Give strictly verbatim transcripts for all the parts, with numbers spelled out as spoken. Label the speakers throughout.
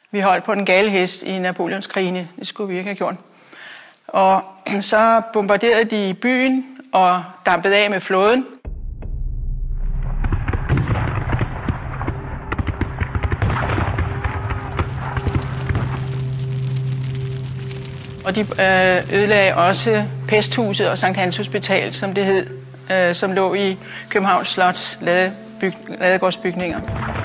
Speaker 1: Vi holdt på den gale hest i Napoleonskrigene. Det skulle vi ikke have gjort. Og så bombarderede de byen og dampede af med flåden. Og de ødelagde også Pesthuset og Sankt Hans Hospital, som det hed, som lå i Københavns Slots ladegårdsbygninger.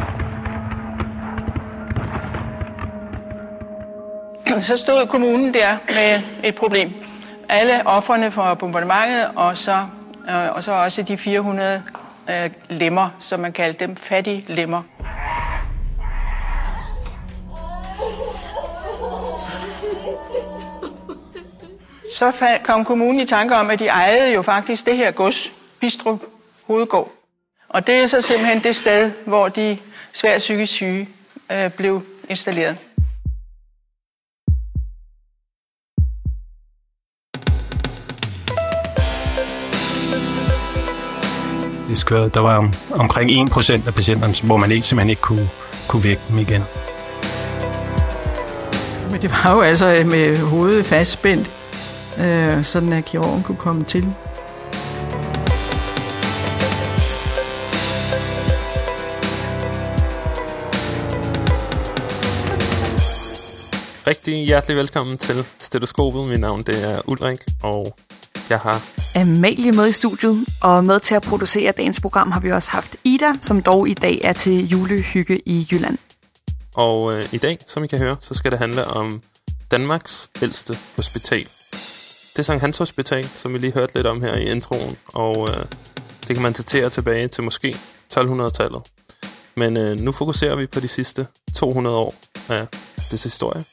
Speaker 1: Så stod kommunen der med et problem. Alle ofrene for bombardementet, og så, og så også de fire hundrede lemmer, som man kaldte dem, fattige lemmer. Så kom kommunen i tanke om, at de ejede jo faktisk det her gods, Bidstrup Hovedgård. Og det er så simpelthen det sted, hvor de svært psykisk syge øh, blev installeret.
Speaker 2: Det skørt. Der var om, omkring en procent af patienterne, hvor man ikke simpelthen ikke kunne, kunne vække dem igen.
Speaker 1: Men det var jo altså med hovedet fastspændt, øh, sådan at kirurgen kunne komme til.
Speaker 3: Rigtig hjertelig velkommen til Stetoskopet. Mit navn det er Ulrik, og jeg har
Speaker 4: Amalie med i studiet, og med til at producere dagens program har vi også haft Ida, som dog i dag er til julehygge i Jylland.
Speaker 3: Og øh, i dag, som I kan høre, så skal det handle om Danmarks ældste hospital. Det er Sankt Hans Hospital, som vi lige hørte lidt om her i introen, og øh, det kan man datere tilbage til måske tolv-hundrede-tallet. Men øh, nu fokuserer vi på de sidste to hundrede år af dets historie.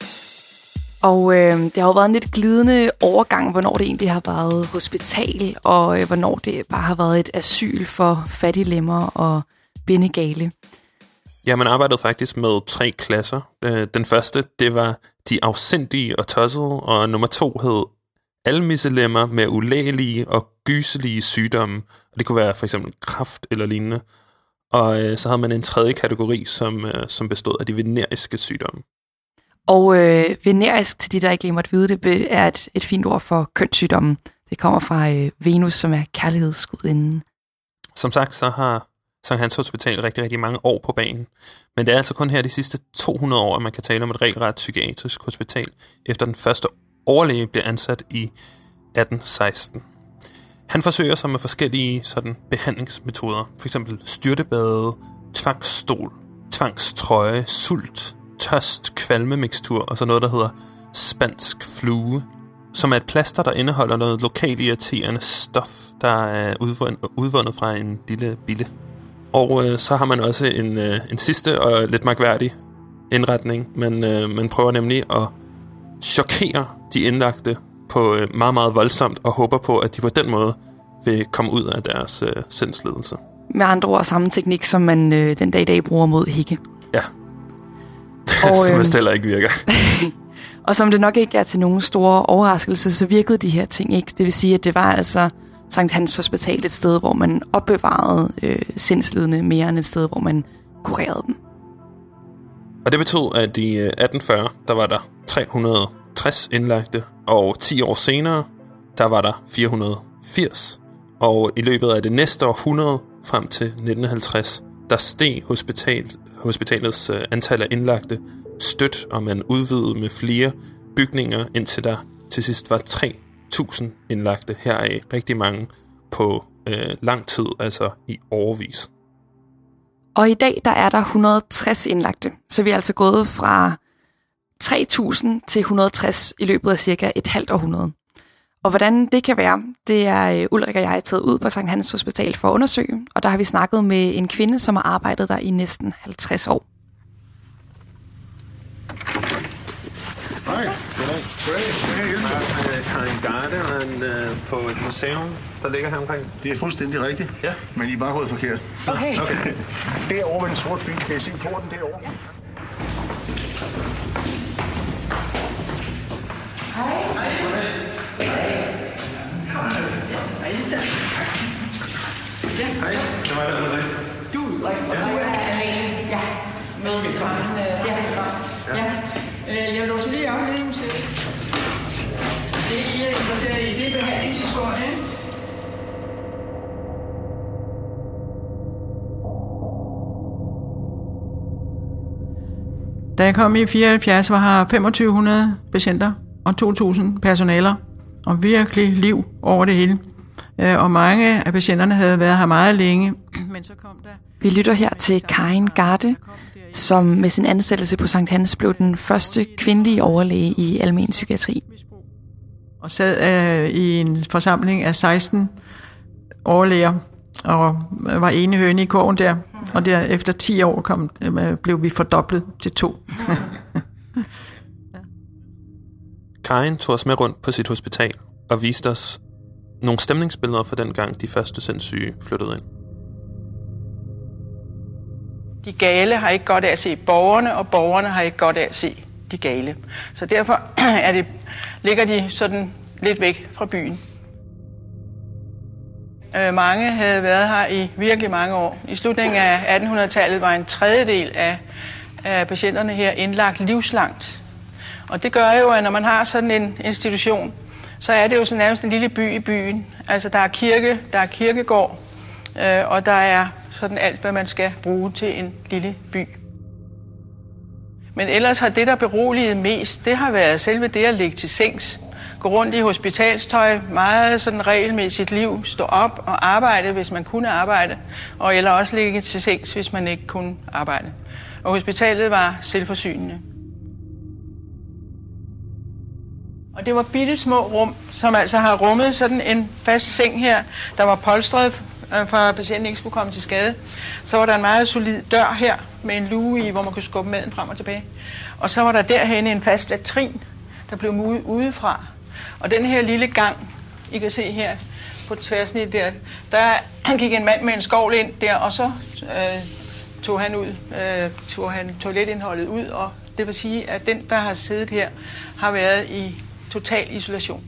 Speaker 4: Og øh, det har jo været en lidt glidende overgang, hvornår det egentlig har været hospital, og øh, hvornår det bare har været et asyl for fattige lemmer og bindegale.
Speaker 3: Ja, man arbejdede faktisk med tre klasser. Den første, det var de afsindige og tossede, og nummer to hed almisselemmer med ulægelige og gyselige sygdomme. Og det kunne være for eksempel kræft eller lignende. Og øh, så havde man en tredje kategori, som, øh, som bestod af de veneriske sygdomme.
Speaker 4: Og øh, venerisk, til de der ikke lige måtte vide det, er et, et fint ord for kønssygdommen. Det kommer fra øh, Venus, som er kærlighedsgudinden.
Speaker 3: Som sagt, så har Sankt Hans Hospital rigtig, rigtig mange år på banen. Men det er altså kun her de sidste to hundrede år, at man kan tale om et regelret psykiatrisk hospital, efter den første overlæge blev ansat i atten seksten. Han forsøger sig med forskellige sådan, behandlingsmetoder, for eksempel styrtebade, tvangsstol, tvangstrøje, sult, tørst, kvalmemixtur og så noget, der hedder spansk flue, som er et plaster, der indeholder noget lokalt irriterende stof, der er udvundet fra en lille bille. Og øh, så har man også en, øh, en sidste og lidt mærkværdig indretning. Man, øh, man prøver nemlig at chokere de indlagte på øh, meget, meget voldsomt, og håber på, at de på den måde vil komme ud af deres øh, sindslidelse.
Speaker 4: Med andre ord samme teknik, som man øh, den dag i dag bruger mod hikke.
Speaker 3: Ja,
Speaker 4: og,
Speaker 3: som
Speaker 4: øh,
Speaker 3: vist heller ikke virker.
Speaker 4: Og som det nok ikke er til nogen store overraskelse, så virkede de her ting ikke. Det vil sige, at det var altså Sankt Hans Hospital et sted, hvor man opbevarede øh, sindslidende mere end et sted, hvor man kurerede dem.
Speaker 3: Og det betød, at i atten fyrre, der var der tre hundrede og tres indlagte, og ti år senere, der var der fire hundrede og firs. Og i løbet af det næste århundrede, frem til nitten halvtreds, der steg hospital, hospitalets øh, antal af indlagte stødt, og man udvidede med flere bygninger, indtil der til sidst var tre tusind indlagte, heraf rigtig mange på øh, lang tid, altså i årevis.
Speaker 4: Og i dag der er der et hundrede og tres indlagte, så vi er altså gået fra tre tusind til et hundrede og tres i løbet af cirka et halvt århundrede. Og hvordan det kan være, det er Ulrik og jeg taget ud på Sankt Hans Hospital for at undersøge, og der har vi snakket med en kvinde, som har arbejdet der i næsten halvtreds år.
Speaker 3: Hej, goddag. Goddag. Har en garde på et museum, der ligger her omkring?
Speaker 5: Det er fuldstændig rigtigt, ja. Men I er bare gået forkert.
Speaker 4: Okay.
Speaker 5: okay. Derovre ved den sorte bil, kan I se porten derovre?
Speaker 1: Hej. Hej. Hej. Hej, Lisa. Ja.
Speaker 3: Hej, det var der Ulrik.
Speaker 1: Du, Ulrik, og du er Amalie. Ja, med sammen. Ja, ja. Jeg låser lige op lidt, måske. Det er I er interesseret i, det er behandlingshistorien. Da jeg kom i fireoghalvfjerds, var her femogtyve hundrede patienter og to tusind personaler, og virkelig liv over det hele. Og mange af patienterne havde været her meget længe. Men så kom der...
Speaker 4: Vi lytter her til Karin Garde, som med sin ansættelse på Sankt Hans blev den første kvindelige overlæge i almen psykiatri.
Speaker 1: Og sad øh, i en forsamling af seksten overlæger, og var ene høne i kurven der. Og der efter ti år kom, øh, blev vi fordoblet til to.
Speaker 3: Karin tog os med rundt på sit hospital og viste os nogle stemningsbilleder fra den gang, de første sindssyge flyttede ind.
Speaker 1: De gale har ikke godt af at se borgerne, og borgerne har ikke godt af at se de gale. Så derfor er det, ligger de sådan lidt væk fra byen. Øh, mange havde været her i virkelig mange år. I slutningen af attenhundredetallet var en tredjedel af, af patienterne her indlagt livslangt. Og det gør jo, at når man har sådan en institution, så er det jo så nærmest en lille by i byen. Altså der er kirke, der er kirkegård, øh, og der er sådan alt, hvad man skal bruge til en lille by. Men ellers har det, der beroliget mest, det har været selve det at ligge til sengs. Gå rundt i hospitalstøj, meget sådan regelmæssigt liv, stå op og arbejde, hvis man kunne arbejde, og eller også ligge til sengs, hvis man ikke kunne arbejde. Og hospitalet var selvforsynende. Og det var bitte små rum, som altså har rummet sådan en fast seng her, der var polstret, for at patienten ikke skulle komme til skade. Så var der en meget solid dør her, med en luge i, hvor man kunne skubbe maden frem og tilbage. Og så var der derhenne en fast latrin, der blev muet udefra. Og den her lille gang, I kan se her på tværsnit der, der gik en mand med en skovl ind der, og så øh, tog han ud, øh, tog han toiletindholdet ud, og det vil sige, at den, der har siddet her, har været i total isolation.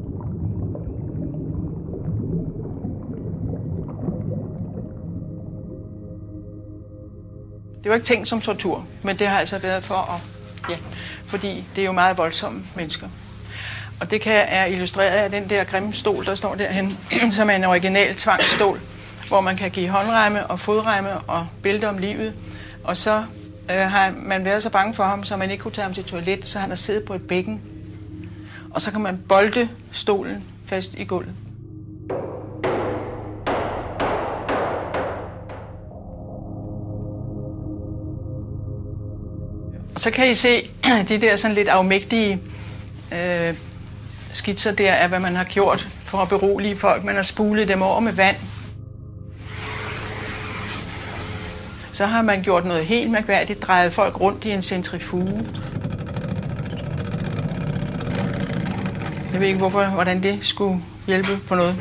Speaker 1: Det var ikke tænkt som tortur, men det har altså været for at, ja, fordi det er jo meget voldsomme mennesker. Og det kan er illustreret af den der grimme stol, der står derhen, som er en original tvangsstol, hvor man kan give håndremme og fodremme og bælte om livet. Og så øh, har man været så bange for ham, så man ikke kunne tage ham til toilet, så han har siddet på et bækken. Og så kan man bolte stolen fast i gulvet. Og så kan I se de der sådan lidt afmægtige øh, skitser der af, hvad man har gjort for at berolige folk. Man har spulet dem over med vand. Så har man gjort noget helt mærkværdigt, drejet folk rundt i en centrifuge. Jeg ved ikke, hvorfor, hvordan det skulle hjælpe på noget.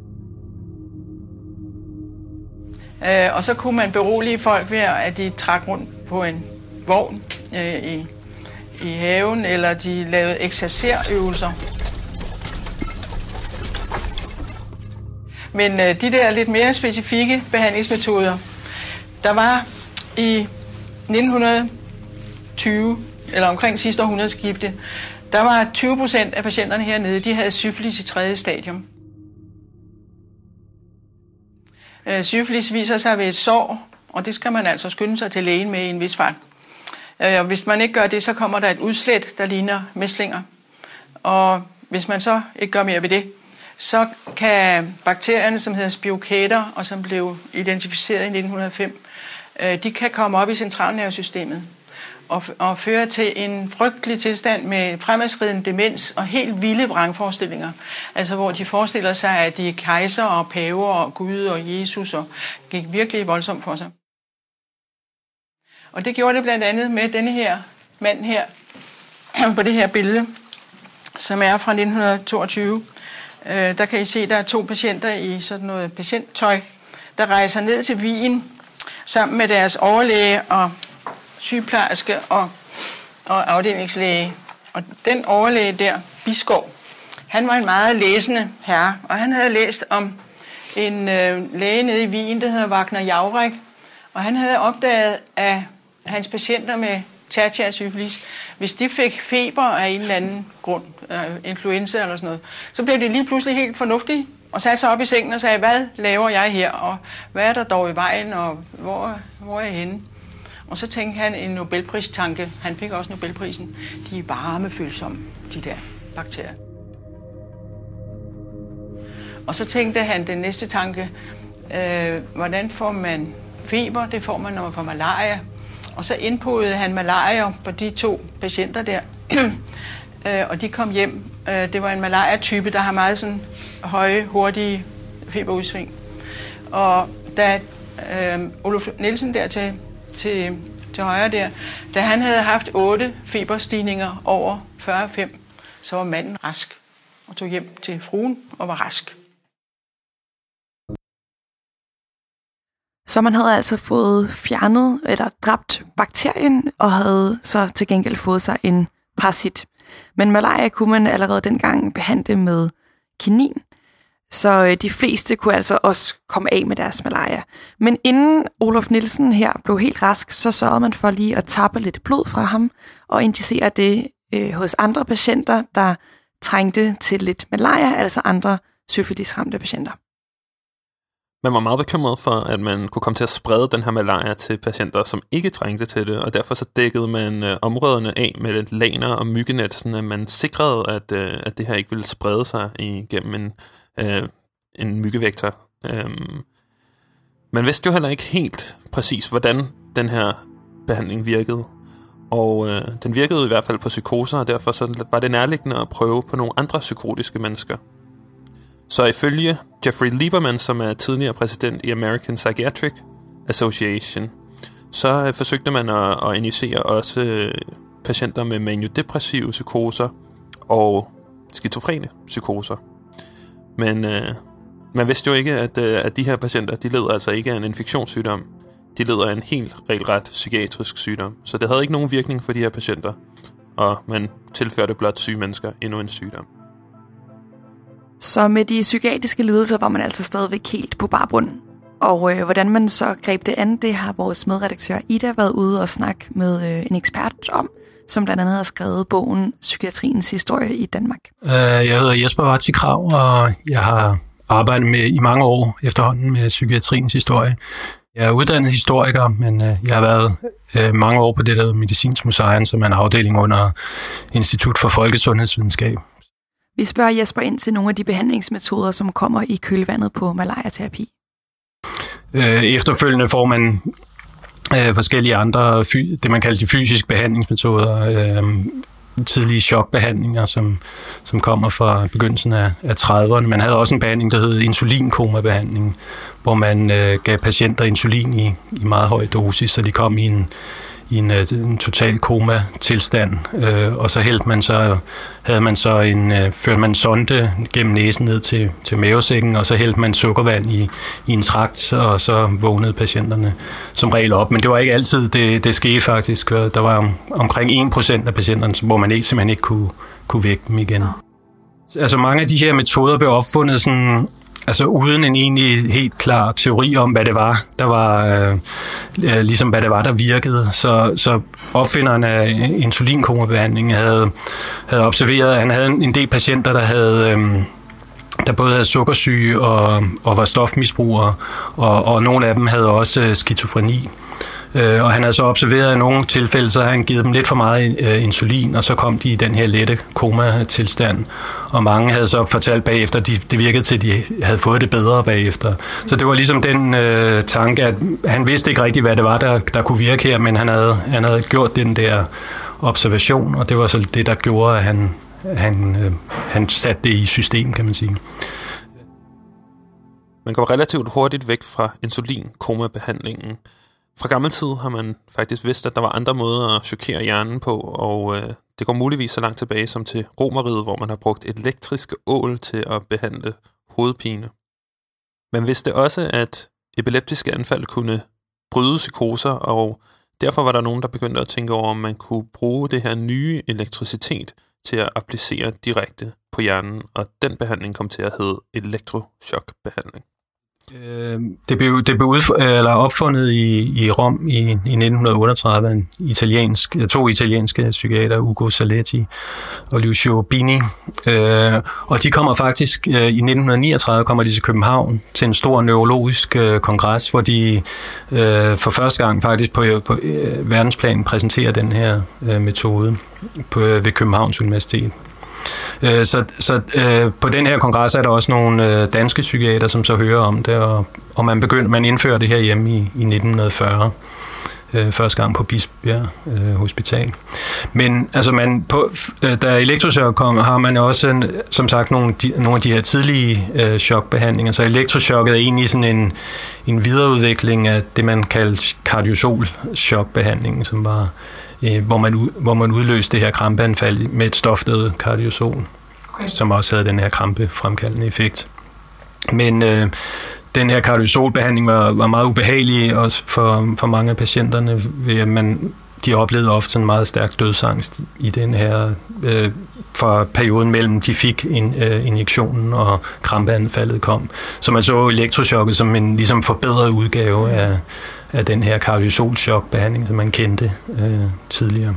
Speaker 1: Øh, og så kunne man berolige folk ved, at de trak rundt på en vogn øh, i, i haven, eller de lavede eksercerøvelser. Men øh, de der lidt mere specifikke behandlingsmetoder, der var i nitten tyve, eller omkring sidste århundredeskifte, der var tyve procent af patienterne hernede, de havde syfilis i tredje stadium. Øh, syfilis viser sig ved et sår, og det skal man altså skynde sig til lægen med i en vis fart. Øh, og hvis man ikke gør det, så kommer der et udslæt, der ligner mæslinger. Og hvis man så ikke gør mere ved det, så kan bakterierne, som hedder spirochaeter, og som blev identificeret i nitten hundrede og fem, øh, de kan komme op i centralnervesystemet og, og føre til en frygtelig tilstand med fremadskridende demens og helt vilde vrangforestillinger. Altså hvor de forestiller sig, at de er kejser og paver og Gud og Jesus, og gik virkelig voldsomt for sig. Og det gjorde det blandt andet med denne her mand her, på det her billede, som er fra nitten toogtyve. Der kan I se, at der er to patienter i sådan noget patienttøj, der rejser ned til Wien sammen med deres overlæge og sygeplejerske og, og afdelingslæge. Og den overlæge der, Biskov, han var en meget læsende herre, og han havde læst om en øh, læge nede i Wien, der hedder Wagner Jauregg, og han havde opdaget, at hans patienter med tertiær syfilis hvis de fik feber af en eller anden grund, øh, influenza eller sådan noget, så blev de lige pludselig helt fornuftige og satte sig op i sengen og sagde, hvad laver jeg her, og hvad er der dog i vejen, og hvor, hvor er jeg henne? Og så tænkte han en Nobelpristanke. Han fik også Nobelprisen. De er varmefølsomme, de der bakterier. Og så tænkte han den næste tanke, øh, hvordan får man feber? Det får man, når man får malaria. Og så indpodede han malaria på de to patienter der, øh, og de kom hjem. Øh, det var en malaria-type, der har meget sådan høje, hurtige feberudsving. Og da øh, Olof Nielsen der til, til, til højre der, da han havde haft otte feberstigninger over fyrre komma fem, så var manden rask og tog hjem til fruen og var rask.
Speaker 4: Så man havde altså fået fjernet eller dræbt bakterien, og havde så til gengæld fået sig en parasit. Men malaria kunne man allerede dengang behandle med kinin, så de fleste kunne altså også komme af med deres malaria. Men inden Olof Nielsen her blev helt rask, så sørgede man for lige at tappe lidt blod fra ham og injicere det øh, hos andre patienter, der trængte til lidt malaria, altså andre syfilisramte patienter.
Speaker 3: Man var meget bekymret for, at man kunne komme til at sprede den her malaria til patienter, som ikke trængte til det, og derfor så dækkede man øh, områderne af med laner og myggenet, sådan at man sikrede, at, øh, at det her ikke ville sprede sig igennem en, øh, en myggevektor. Øhm. Man vidste jo heller ikke helt præcis, hvordan den her behandling virkede, og øh, den virkede i hvert fald på psykoser, og derfor så var det nærliggende at prøve på nogle andre psykotiske mennesker. Så ifølge Jeffrey Lieberman, som er tidligere præsident i American Psychiatric Association, så øh, forsøgte man at, at injicere også øh, patienter med maniodepressive psykoser og skizofrene psykoser. Men øh, man vidste jo ikke, at, øh, at de her patienter, de led altså ikke af en infektionssygdom. De led af en helt regelret psykiatrisk sygdom. Så det havde ikke nogen virkning for de her patienter, og man tilførte blot syge mennesker endnu en sygdom.
Speaker 4: Så med de psykiatriske lidelser var man altså stadigvæk helt på barbund. Og øh, hvordan man så greb det an, det har vores medredaktør Ida været ude og snakke med øh, en ekspert om, som blandt andet har skrevet bogen Psykiatriens historie i Danmark.
Speaker 2: Jeg hedder Jesper Vartzi Krag, og jeg har arbejdet med i mange år efterhånden med psykiatriens historie. Jeg er uddannet historiker, men øh, jeg har været øh, mange år på det der Medicinsk Museum, som er en afdeling under Institut for Folkesundhedsvidenskab.
Speaker 4: Vi spørger Jesper ind til nogle af de behandlingsmetoder, som kommer i kølvandet på malariaterapi.
Speaker 2: Øh, efterfølgende får man øh, forskellige andre, fy- det man kalder de fysiske behandlingsmetoder, øh, tidlige chokbehandlinger, som, som kommer fra begyndelsen af, af trediverne. Man havde også en behandling, der hed insulinkomabehandling, hvor man øh, gav patienter insulin i, i meget høj dosis, så de kom i en i en, en total koma-tilstand, øh, og så hældte man så, havde man så en, øh, førte man sonde gennem næsen ned til, til mavesækken, og så hældte man sukkervand i, i en trakt, og så vågnede patienterne som regel op. Men det var ikke altid, det, det skete faktisk. Der var om, omkring en procent af patienterne, hvor man ikke, simpelthen ikke kunne, kunne vække dem igen. Altså mange af de her metoder blev opfundet sådan, altså uden en egentlig helt klar teori om, hvad det var, der var øh, ligesom hvad det var, der virkede. Så, så opfinderen af insulinkomabehandling havde, havde observeret, at han havde en del patienter, der havde øh, der både havde sukkersyge og, og var stofmisbrugere, og, og nogle af dem havde også skizofreni. Øh, og han havde så observeret, at i nogle tilfælde, så havde han givet dem lidt for meget øh, insulin, og så kom de i den her lette koma-tilstand. Og mange havde så fortalt bagefter, at de, det virkede til, at de havde fået det bedre bagefter. Så det var ligesom den øh, tanke, at han vidste ikke rigtigt, hvad det var, der, der kunne virke her, men han havde, han havde gjort den der observation, og det var så det, der gjorde, at han, han, øh, han satte det i system, kan man sige.
Speaker 3: Man går relativt hurtigt væk fra insulinkomabehandlingen. Fra gammel tid har man faktisk vidst, at der var andre måder at chokere hjernen på, og øh, det går muligvis så langt tilbage som til Romeriet, hvor man har brugt elektriske ål til at behandle hovedpine. Man vidste også, at epileptiske anfald kunne bryde psykoser, og derfor var der nogen, der begyndte at tænke over, om man kunne bruge det her nye elektricitet til at applicere direkte på hjernen, og den behandling kom til at hedde elektrochokbehandling.
Speaker 2: Det blev, det blev udf- eller opfundet i, i Rom i, i nitten otteogtredive af en italiensk, to italienske psykiater, Ugo Saletti og Lucio Bini. Øh, og de kommer faktisk, øh, i nitten niogtredive kommer de til København til en stor neurologisk øh, kongres, hvor de øh, for første gang faktisk på, på øh, verdensplan præsenterer den her øh, metode på, øh, ved Københavns Universitet. Så, så øh, på den her kongres er der også nogle øh, danske psykiater, som så hører om det, og, og man begyndte, man indførte det her hjemme i, i nitten fyrre, øh, første gang på Bispebjerg øh, Hospital. Men altså man på, øh, da elektrochok kom, har man også en, som sagt nogle, de, nogle af de her tidlige øh, chokbehandlinger. Så elektrochokket er egentlig sådan en, en videreudvikling af det, man kaldte kardiosol-chokbehandlingen, som var Hvor man, hvor man udløste det her krampeanfald med et stof, der hed kardiosol, okay, som også havde den her krampefremkaldende effekt. Men øh, den her kardiosolbehandling var, var meget ubehagelig også for, for mange af patienterne, ved at man, de oplevede ofte en meget stærk dødsangst i den her, øh, for perioden mellem de fik in, øh, injektionen og krampeanfaldet kom. Så man så elektrochokket som en ligesom forbedret udgave af af den her kardiosol-chokbehandling, som man kendte øh, tidligere.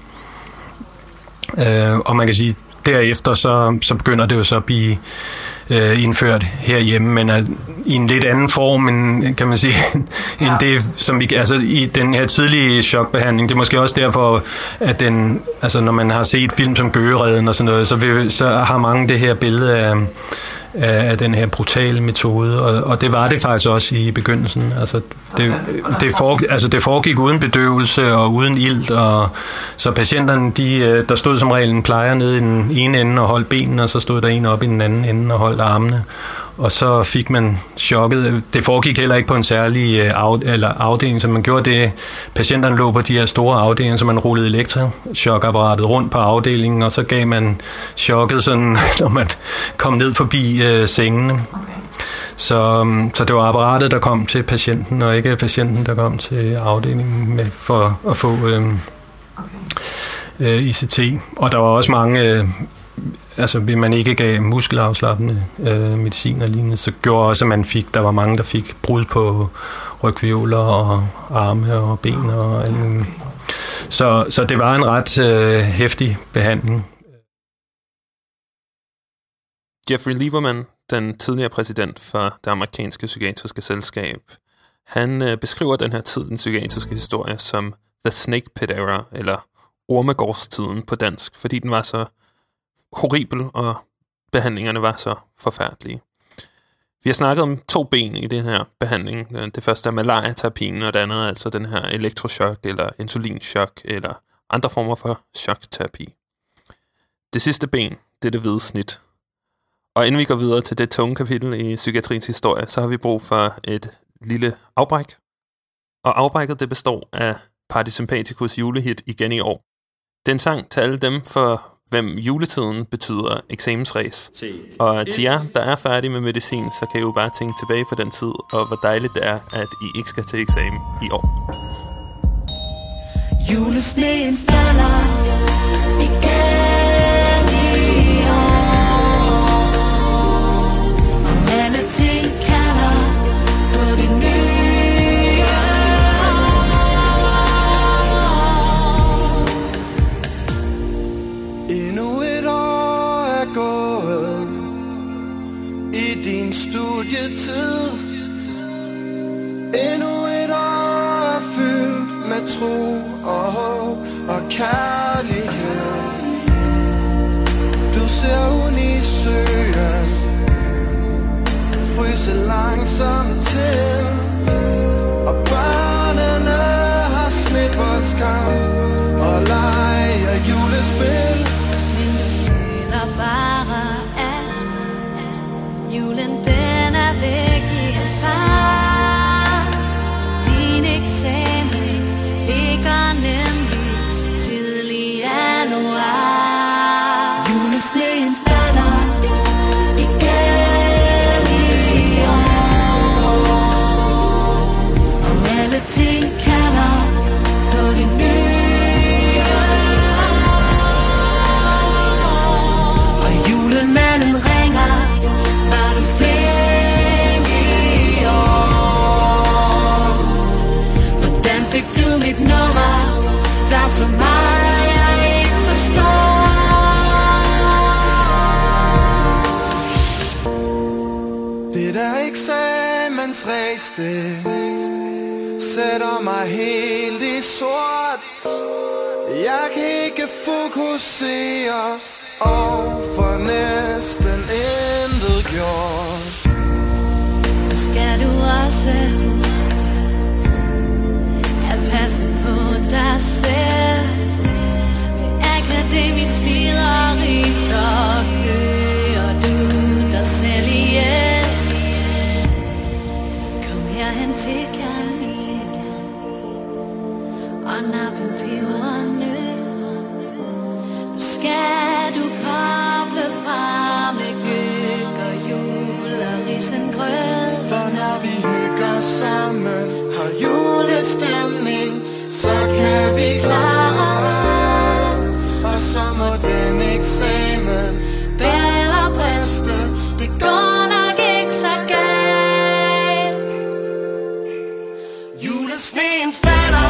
Speaker 2: Øh, og man kan sige, derefter så, så begynder det jo så at blive øh, indført herhjemme, men er, i en lidt anden form, end, kan man sige, end det, som vi, altså i den her tidlige chokbehandling. Det er måske også derfor, at den, altså når man har set film som Gøgereden og sådan noget, så, vil, så har mange det her billede af af den her brutale metode, og, og det var det faktisk også i begyndelsen. Altså det, det, for, altså det foregik uden bedøvelse og uden ilt, og så patienterne, de, der stod som regel en plejer nede i den ene ende og holdt benene, og så stod der en op i den anden ende og holdt armene, og så fik man chokket. Det foregik heller ikke på en særlig af, eller afdeling, så man gjorde det. Patienterne lå på de her store afdelinger, så man rullede elektrochokapparatet rundt på afdelingen, og så gav man chokket sådan, når man kom ned forbi øh, sengene. Okay. Så, så det var apparatet, der kom til patienten, og ikke patienten, der kom til afdelingen med, for at få øh, øh, I C T. Og der var også mange... Øh, altså, hvis man ikke gav muskelafslappende øh, medicin og lignende, så gjorde også, at man fik, der var mange, der fik brud på rygvivler og arme og ben og alt muligt. Så, så det var en ret øh, heftig behandling.
Speaker 3: Jeffrey Lieberman, den tidligere præsident for det amerikanske psykiatriske selskab, han øh, beskriver den her tid, den psykiatriske historie, som The Snake Pit Era, eller ormegårdstiden på dansk, fordi den var så horribel, og behandlingerne var så forfærdelige. Vi har snakket om to ben i den her behandling. Det første er malariaterapien, og det andet er altså den her elektrochok, eller insulinchok, eller andre former for chokterapi. Det sidste ben, det er det hvide snit. Og inden vi går videre til det tunge kapitel i psykiatriens historie, så har vi brug for et lille afbræk. Og afbrækket, det består af Parasympathicus julehit igen i år. Det er en sang til alle dem, for hvem juletiden betyder eksamensræs. Og til jer, der er færdige med medicin, så kan I jo bare tænke tilbage på den tid, og hvor dejligt det er, at I ikke skal til eksamen i år.
Speaker 6: Julesneen falder igen i år, og alle ting kalder på det nye år.
Speaker 7: Endnu et år er gået i din studietid. Endnu et år er fyldt med tro og håb og kærlighed. Du ser ud i søen, fryse langsomt til, og børnene har sneboldkamp og leger julespil.
Speaker 6: Men du føler bare, at julen den er væk i en sang. Din eksamen ligger nemlig tidlig januar. Julesneen falder igen i år, og alle ting kalder på det nye år. Og julemanden ringer, var du flink i år.
Speaker 7: tre steg sætter mig helt i sort. Jeg kan ikke fokusere, og for næsten intet gjort.
Speaker 6: Nu skal du også huske at passe på dig selv. Med akademisk lideri, så kører du dig selv ihjel. Kom herhen til kærlighed og nap en pebernød. Nu skal du koble fra med gløgg og jul og risengrød.
Speaker 7: For når vi hygger sammen, har julestemning, så kan vi klare alt. Og så må den eksamen bære eller briste, det går nok ikke så galt. Julesneen falder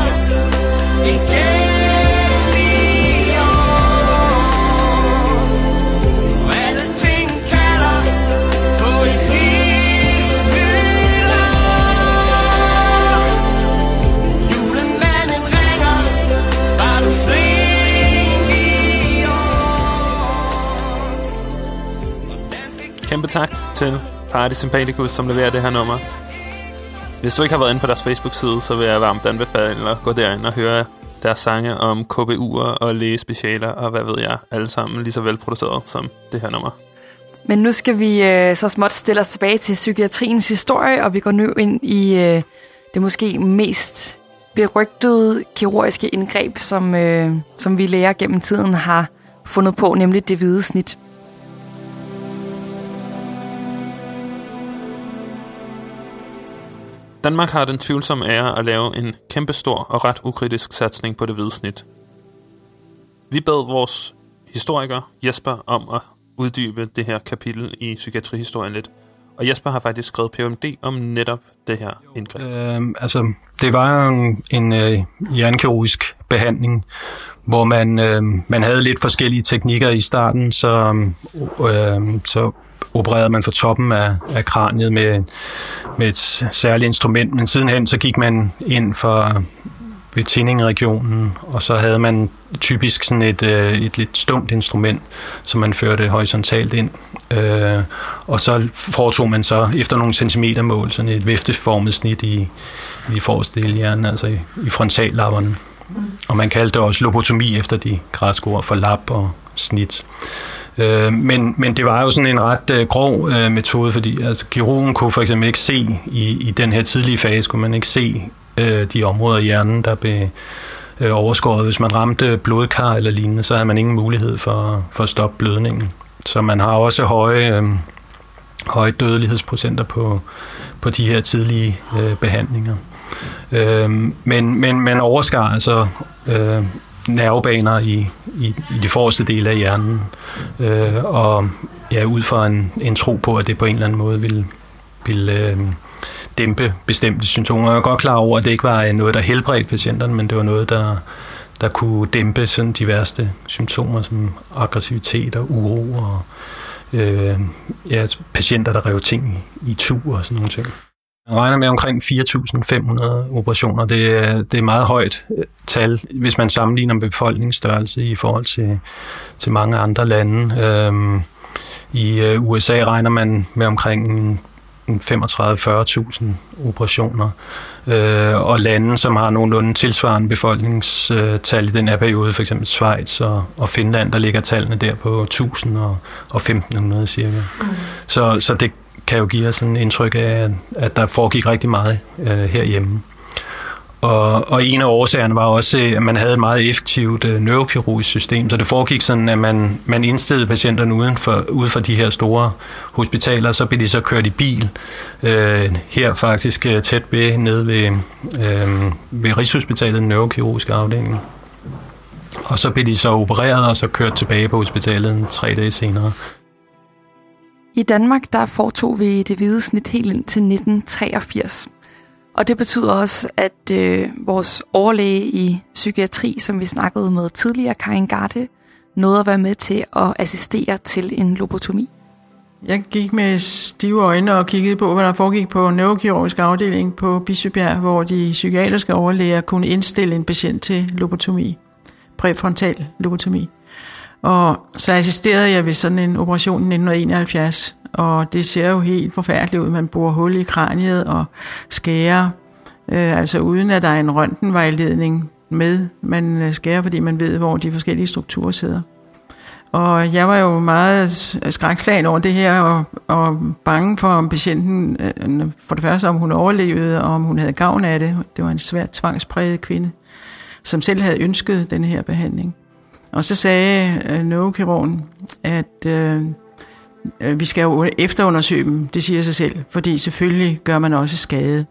Speaker 7: igen i år. Alle ting kalder på et helt nyt år. Julemanden ringer, var du flink i år.
Speaker 3: Kæmpe tak til Party Sympathicus, som leverer det her nummer. Hvis du ikke har været inde på deres Facebook-side, så vil jeg varmt anbefale at gå derind og høre deres sange om K B U'er og lægespecialer og hvad ved jeg, alle sammen lige så velproduceret som det her nummer.
Speaker 4: Men nu skal vi øh, så småt stille os tilbage til psykiatriens historie, og vi går nu ind i øh, det måske mest berygtede kirurgiske indgreb, som, øh, som vi læger gennem tiden har fundet på, nemlig det hvide snit.
Speaker 3: Danmark har den tvivlsomme ære at lave en kæmpestor og ret ukritisk satsning på det hvide snit. Vi bad vores historiker Jesper om at uddybe det her kapitel i psykiatrihistorien lidt. Og Jesper har faktisk skrevet P H D om netop det her indgreb.
Speaker 2: Øh, altså, det var jo en, en øh, hjernekirurgisk behandling, hvor man, øh, man havde lidt forskellige teknikker i starten, så, øh, så opererede man for toppen af, af kraniet med, med et særligt instrument, men sidenhen så gik man ind for ved tindingregionen, og så havde man typisk sådan et, et lidt stumt instrument, som man førte horisontalt ind. Øh, og så foretog man så efter nogle centimetermål sådan et vifteformet snit i, i de forreste dele af hjernen, altså i, i frontallapperne. Og man kaldte det også lobotomi efter de græske ord for lap og snit. Øh, men, men det var jo sådan en ret øh, grov øh, metode, fordi altså, kirurgen kunne for eksempel ikke se i, i den her tidlige fase, kunne man ikke se øh, de områder i hjernen, der blev øh, overskåret. Hvis man ramte blodkar eller lignende, så havde man ingen mulighed for, for at stoppe blødningen. Så man har også høje, øh, høje dødelighedsprocenter på, på de her tidlige øh, behandlinger. Øh, men, men man overskar altså øh, nervebaner i, i, i de forreste dele af hjernen, øh, og ja, ud fra en, en tro på, at det på en eller anden måde ville, ville øh, dæmpe bestemte symptomer. Jeg er godt klar over, at det ikke var noget, der helbredte patienterne, men det var noget, der, der kunne dæmpe sådan de værste symptomer, som aggressivitet og uro, og øh, ja, patienter, der rev ting i, i tur og sådan nogle ting. Man regner med omkring fire tusind fem hundrede operationer. Det er, det er meget højt tal, hvis man sammenligner med befolkningsstørrelse i forhold til, til mange andre lande. Øhm, I U S A regner man med omkring femogtredive til fyrre tusind operationer. Øh, og lande, som har nogenlunde tilsvarende befolkningstal i den her periode, f.eks. Schweiz og, og Finland, der ligger tallene der på tusind og, og femten hundrede cirka. Mm. Så, så det kan jo give os en indtryk af, at der foregik rigtig meget øh, herhjemme. Og, og en af årsagerne var også, at man havde et meget effektivt øh, neurokirurgisk system, så det foregik sådan, at man, man indstillede patienterne uden for, ude for de her store hospitaler, så blev de så kørt i bil, øh, her faktisk øh, tæt ved, nede ved, øh, ved Rigshospitalet, den neurokirurgiske afdeling. Og så blev de så opereret, og så kørt tilbage på hospitalet en tre dage senere.
Speaker 4: I Danmark der foretog vi det hvide snit helt ind til nitten treogfirs. Og det betyder også, at øh, vores overlæge i psykiatri, som vi snakkede med tidligere, Karin Garde, nåede at være med til at assistere til en lobotomi.
Speaker 1: Jeg gik med stive øjne og kiggede på, hvad der foregik på neurokirurgisk afdeling på Bispebjerg, hvor de psykiatriske overlæger kunne indstille en patient til lobotomi, præfrontal lobotomi. Og så assisterede jeg ved sådan en operation i nitten enoghalvfjerds, og det ser jo helt forfærdeligt ud. Man borer hul i kraniet og skærer, øh, altså uden at der er en røntgenvejledning med. Man skærer, fordi man ved, hvor de forskellige strukturer sidder. Og jeg var jo meget skrækslagen over det her, og, og bange for, om patienten, for det første, om hun overlevede, og om hun havde gavn af det. Det var en svært tvangspræget kvinde, som selv havde ønsket denne her behandling. Og så sagde øh, neurokirurgen, at øh, vi skal jo efterundersøge dem, det siger sig selv, fordi selvfølgelig gør man også skade.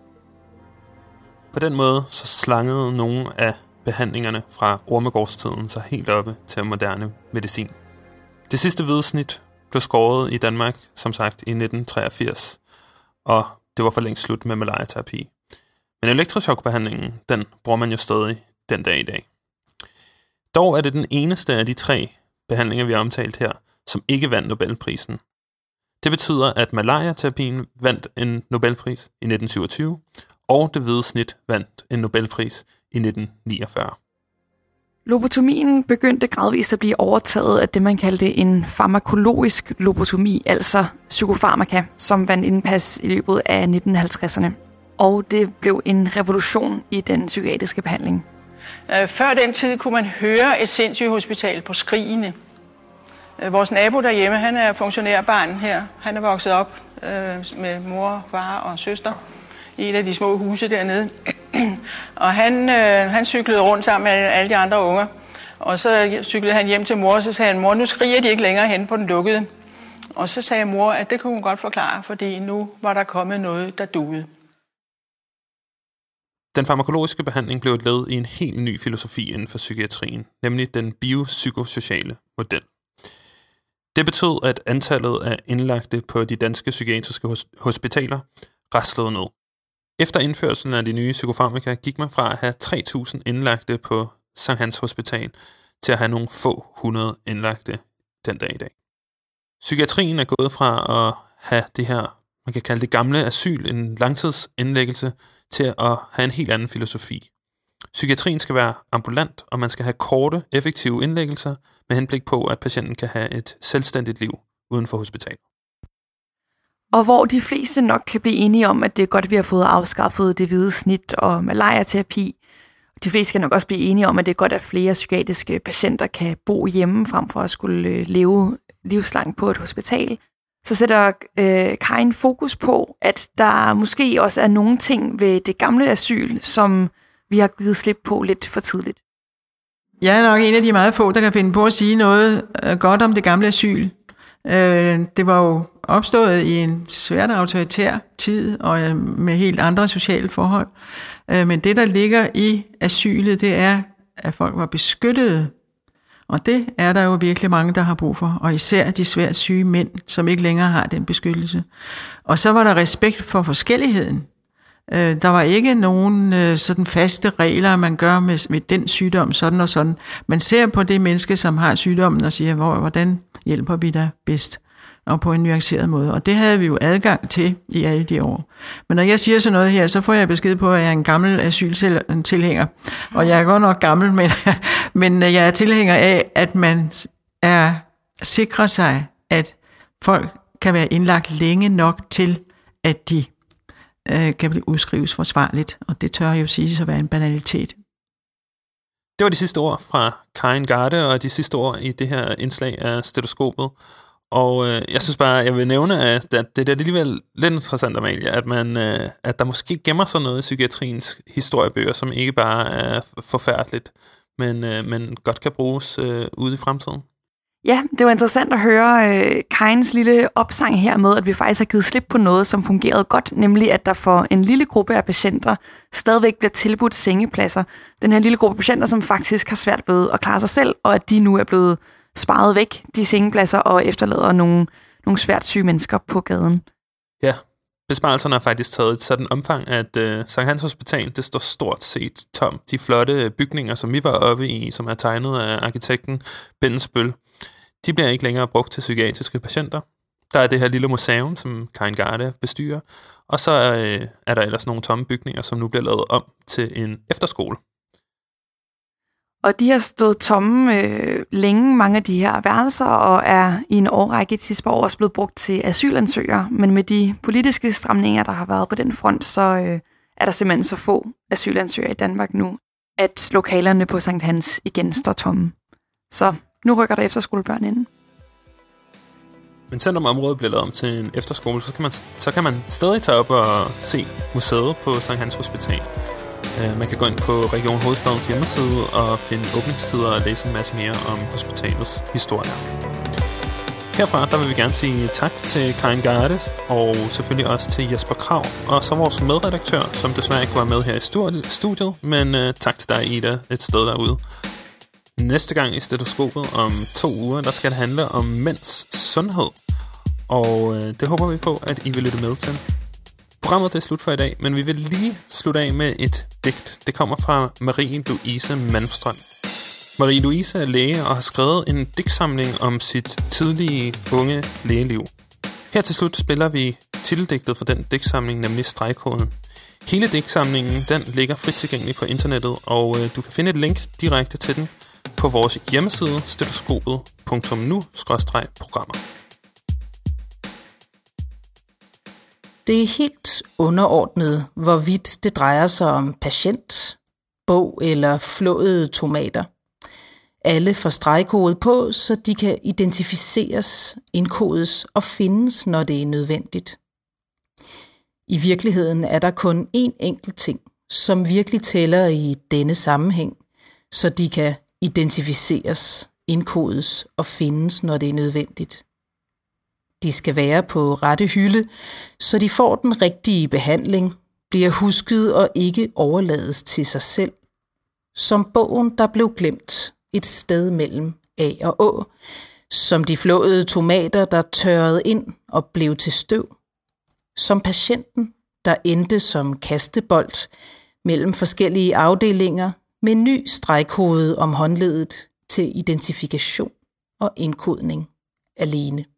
Speaker 3: På den måde så slangede nogle af behandlingerne fra ormegårdstiden så helt oppe til moderne medicin. Det sidste hvidesnit blev skåret i Danmark, som sagt, i nitten treogfirs, og det var for længst slut med malariaterapi. Men elektrochokbehandlingen, den bruger man jo stadig den dag i dag. Dog er det den eneste af de tre behandlinger, vi har omtalt her, som ikke vandt Nobelprisen. Det betyder, at malariaterapien vandt en Nobelpris i nitten syvogtyve, og det hvide snit vandt en Nobelpris i nitten niogfyrre.
Speaker 4: Lobotomien begyndte gradvist at blive overtaget af det, man kaldte en farmakologisk lobotomi, altså psykofarmaka, som vandt indpas i løbet af nitten halvtredserne. Og det blev en revolution i den psykiatriske behandling.
Speaker 1: Før den tid kunne man høre et sindssygehospital på skrigene. Vores nabo derhjemme, han er funktionærbarn her. Han er vokset op øh, med mor, far og søster i et af de små huse dernede. Og han, øh, han cyklede rundt sammen med alle de andre unger. Og så cyklede han hjem til mor, og så sagde han, mor, nu skriger de ikke længere hen på den lukkede. Og så sagde mor, at det kunne hun godt forklare, fordi nu var der kommet noget, der duede.
Speaker 3: Den farmakologiske behandling blev et led i en helt ny filosofi inden for psykiatrien, nemlig den biopsykosociale model. Det betød, at antallet af indlagte på de danske psykiatriske hospitaler raslede ned. Efter indførelsen af de nye psykofarmaka gik man fra at have tre tusind indlagte på Sankt Hans Hospital til at have nogle få hundrede indlagte den dag i dag. Psykiatrien er gået fra at have det her, man kan kalde det gamle asyl, en langtidsindlæggelse, til at have en helt anden filosofi. Psykiatrien skal være ambulant, og man skal have korte, effektive indlæggelser med henblik på, at patienten kan have et selvstændigt liv uden for hospitalet.
Speaker 4: Og hvor de fleste nok kan blive enige om, at det er godt, at vi har fået afskaffet det hvide snit og malariaterapi. De fleste kan nok også blive enige om, at det er godt, at flere psykiatriske patienter kan bo hjemme, frem for at skulle leve livslangt på et hospital. Så sætter øh, Karin fokus på, at der måske også er nogle ting ved det gamle asyl, som vi har givet slip på lidt for tidligt.
Speaker 1: Jeg er nok en af de meget få, der kan finde på at sige noget øh, godt om det gamle asyl. Øh, det var jo opstået i en svært autoritær tid og øh, med helt andre sociale forhold. Øh, men det, der ligger i asylet, det er, at folk var beskyttede. Og det er der jo virkelig mange, der har brug for. Og især de svært syge mænd, som ikke længere har den beskyttelse. Og så var der respekt for forskelligheden. Øh, der var ikke nogen øh, sådan faste regler, man gør med, med den sygdom, sådan og sådan. Man ser på det menneske, som har sygdommen, og siger, hvor, hvordan hjælper vi dig bedst? Og på en nuanceret måde. Og det havde vi jo adgang til i alle de år. Men når jeg siger sådan noget her, så får jeg besked på, at jeg er en gammel asyltilhænger. Og jeg er godt nok gammel, men, men jeg er tilhænger af, at man er sikrer sig, at folk kan være indlagt længe nok til, at de øh, kan blive udskrives forsvarligt. Og det tør jo sige at være en banalitet.
Speaker 3: Det var de sidste ord fra Karin Garde, og de sidste ord i det her indslag af Stetoskopet. Og øh, jeg synes bare, jeg vil nævne, at det, det er alligevel lidt interessant, Amalie, at, man, øh, at der måske gemmer sig noget i psykiatriens historiebøger, som ikke bare er forfærdeligt, men, øh, men godt kan bruges øh, ude i fremtiden.
Speaker 4: Ja, det var interessant at høre øh, Karins lille opsang her med, at vi faktisk har givet slip på noget, som fungerede godt, nemlig at der for en lille gruppe af patienter stadigvæk bliver tilbudt sengepladser. Den her lille gruppe patienter, som faktisk har svært ved at klare sig selv, og at de nu er blevet sparet væk, de sengepladser, og efterlader nogle, nogle svært syge mennesker på gaden.
Speaker 3: Ja, besparelserne har faktisk taget et sådan omfang, at øh, Sankt Hans Hospital, det står stort set tomt. De flotte bygninger, som vi var oppe i, som er tegnet af arkitekten Bendesbøl, de bliver ikke længere brugt til psykiatriske patienter. Der er det her lille museum, som Karin Garde bestyrer, og så øh, er der ellers nogle tomme bygninger, som nu bliver lavet om til en efterskole.
Speaker 4: Og de har stået tomme øh, længe, mange af de her værelser, og er i en årrække sidste par år også blevet brugt til asylansøgere. Men med de politiske stramninger, der har været på den front, så øh, er der simpelthen så få asylansøgere i Danmark nu, at lokalerne på Sankt Hans igen står tomme. Så nu rykker der efterskolebørn ind.
Speaker 3: Men selvom området bliver lavet om til en efterskole, så kan man, så kan man stadig tage op og se museet på Sankt Hans Hospital. Uh, man kan gå ind på Region Hovedstadens hjemmeside og finde åbningstider og læse en masse mere om hospitalets historie. Herfra der vil vi gerne sige tak til Karin Garde og selvfølgelig også til Jesper Krag, og så vores medredaktør, som desværre ikke var med her i studiet, men uh, tak til dig, Ida, et sted derude. Næste gang i Stetoskopet om to uger, der skal det handle om mænds sundhed, og øh, det håber vi på, at I vil lytte med til. Programmet det er slut for i dag, men vi vil lige slutte af med et digt. Det kommer fra Marie-Louise Malmstrøm. Marie-Louise er læge og har skrevet en digtsamling om sit tidlige unge lægeliv. Her til slut spiller vi titeldigtet for den digtsamling, nemlig Stregkoden. Hele digtsamlingen den ligger frit tilgængelig på internettet, og øh, du kan finde et link direkte til den på vores hjemmeside stetoskopet punktum nu skråstreg programmer.
Speaker 8: Det er helt underordnet, hvorvidt det drejer sig om patient, bog eller flåede tomater. Alle får stregkode på, så de kan identificeres, indkodes og findes, når det er nødvendigt. I virkeligheden er der kun én enkelt ting, som virkelig tæller i denne sammenhæng, så de kan identificeres, indkodes og findes, når det er nødvendigt. De skal være på rette hylde, så de får den rigtige behandling, bliver husket og ikke overlades til sig selv. Som bogen, der blev glemt et sted mellem A og Å, som de flåede tomater, der tørrede ind og blev til støv. Som patienten, der endte som kastebold mellem forskellige afdelinger med ny stregkode om håndledet til identifikation og indkodning alene.